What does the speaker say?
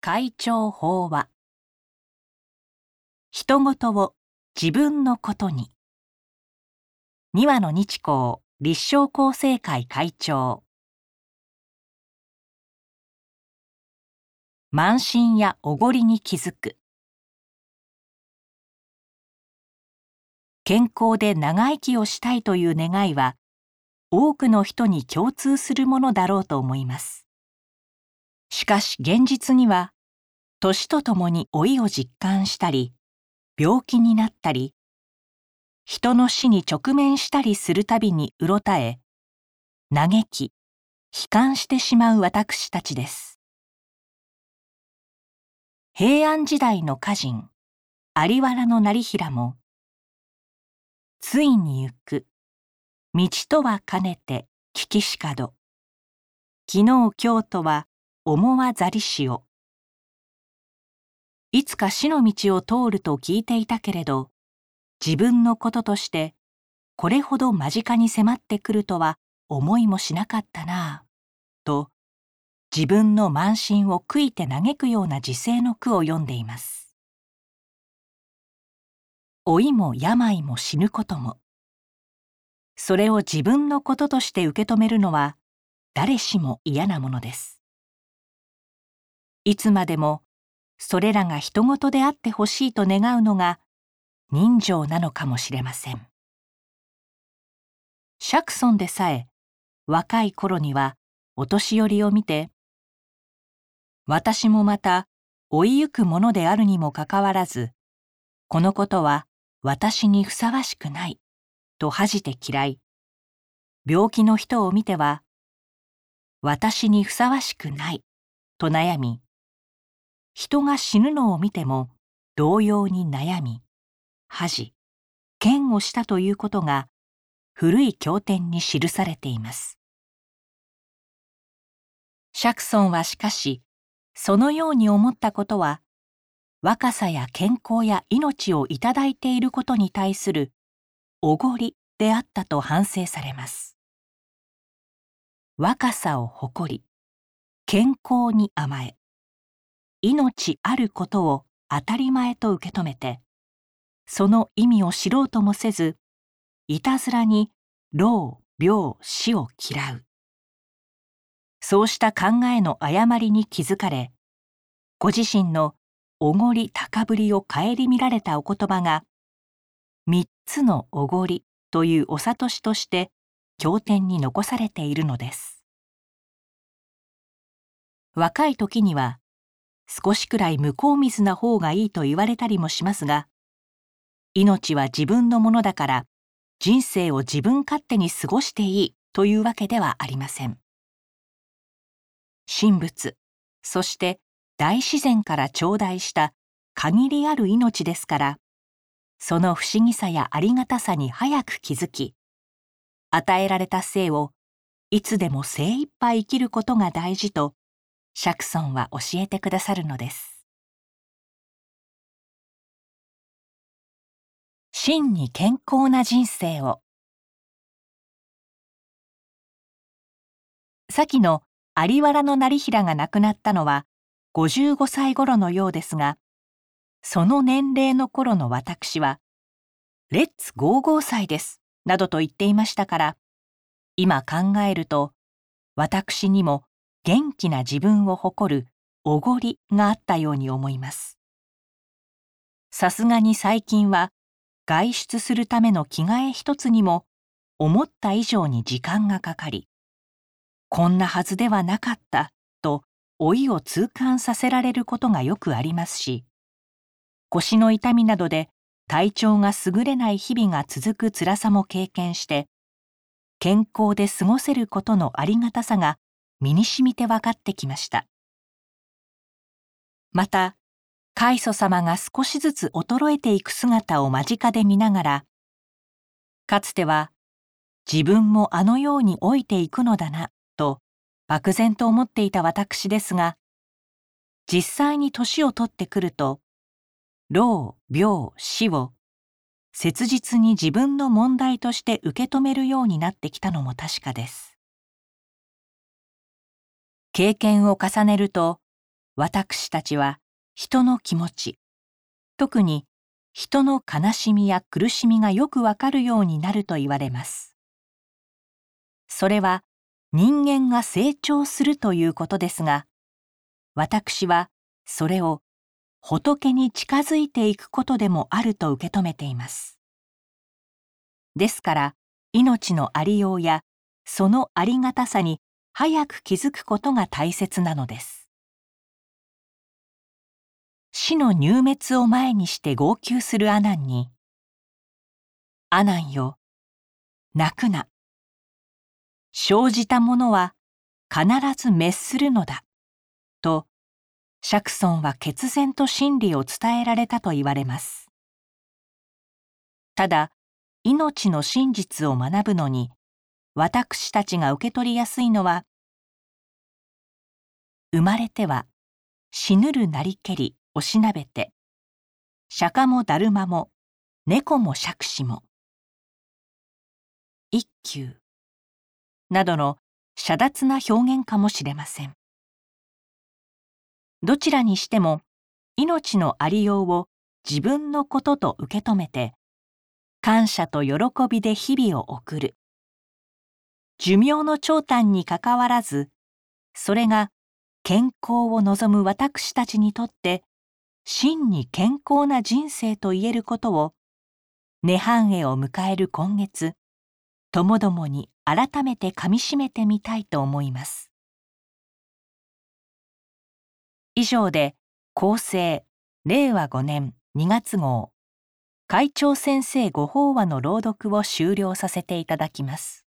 会長法話。人事を自分のことに。二羽の日光立正厚生会会長。慢心やおごりに気づく。健康で長生きをしたいという願いは、多くの人に共通するものだろうと思います。しかし現実には、年とともに老いを実感したり、病気になったり、人の死に直面したりするたびにうろたえ、嘆き、悲観してしまう私たちです。平安時代の歌人、有原業平も、ついに行く、道とは兼ねて聞きしかど、昨日今日とは思わざりしを。いつか死の道を通ると聞いていたけれど、自分のこととしてこれほど間近に迫ってくるとは思いもしなかったなぁ、と自分の慢心を悔いて嘆くような時世の句を読んでいます。老いも病も死ぬことも、それを自分のこととして受け止めるのは誰しも嫌なものです。いつまでもそれらが人事であってほしいと願うのが人情なのかもしれません。釈尊でさえ若い頃にはお年寄りを見て、私もまた老いゆくものであるにもかかわらず、このことは私にふさわしくないと恥じて嫌い、病気の人を見ては私にふさわしくないと悩み、人が死ぬのを見ても同様に悩み、恥、嫌悪したということが古い経典に記されています。釈尊はしかし、そのように思ったことは、若さや健康や命をいただいていることに対するおごりであったと反省されます。若さを誇り、健康に甘え、命あることを当たり前と受け止めて、その意味を知ろうともせず、いたずらに老、病、死を嫌う。そうした考えの誤りに気づかれ、ご自身のおごり高ぶりを顧みられたお言葉が、三つのおごりというお諭しとして経典に残されているのです。若い時には、少しくらい向こう水な方がいいと言われたりもしますが、命は自分のものだから、人生を自分勝手に過ごしていいというわけではありません。神仏、そして大自然から頂戴した限りある命ですから、その不思議さやありがたさに早く気づき、与えられた生をいつでも精一杯生きることが大事と、釈尊は教えてくださるのです。真に健康な人生を。先の有原業平が亡くなったのは55歳頃のようですが、その年齢の頃の私は、レッツゴーゴー祭です、などと言っていましたから、今考えると、私にも元気な自分を誇るおごりがあったように思います。さすがに最近は、外出するための着替え一つにも、思った以上に時間がかかり、こんなはずではなかったと老いを痛感させられることがよくありますし、腰の痛みなどで体調が優れない日々が続く辛さも経験して、健康で過ごせることのありがたさが身にしみて分かってきました。また、開祖様が少しずつ衰えていく姿を間近で見ながら、かつては自分もあのように老いていくのだなと漠然と思っていた私ですが、実際に年を取ってくると、老、病、死を切実に自分の問題として受け止めるようになってきたのも確かです。経験を重ねると、 私たちは人の気持ち、特に人の悲しみや苦しみがよくわかるようになると言われます。それは人間が成長するということですが、私はそれを仏に近づいていくことでもあると受け止めています。ですから命のありようやそのありがたさに早く気づくことが大切なのです。死の入滅を前にして号泣する阿南に、阿南よ、泣くな。生じたものは必ず滅するのだ。と、釈尊は決然と真理を伝えられたと言われます。ただ、命の真実を学ぶのに、私たちが受け取りやすいのは、生まれては死ぬるなりけりおしなべて、釈迦もだるまも猫も杓子も、一休などの遮奪な表現かもしれません。どちらにしても命のありようを自分のことと受け止めて、感謝と喜びで日々を送る。寿命の長短にかかわらず、それが健康を望む私たちにとって真に健康な人生と言えることを、涅槃会を迎える今月、ともどもに改めてかみしめてみたいと思います。以上で厚生令和5年2月号会長先生ご法話の朗読を終了させていただきます。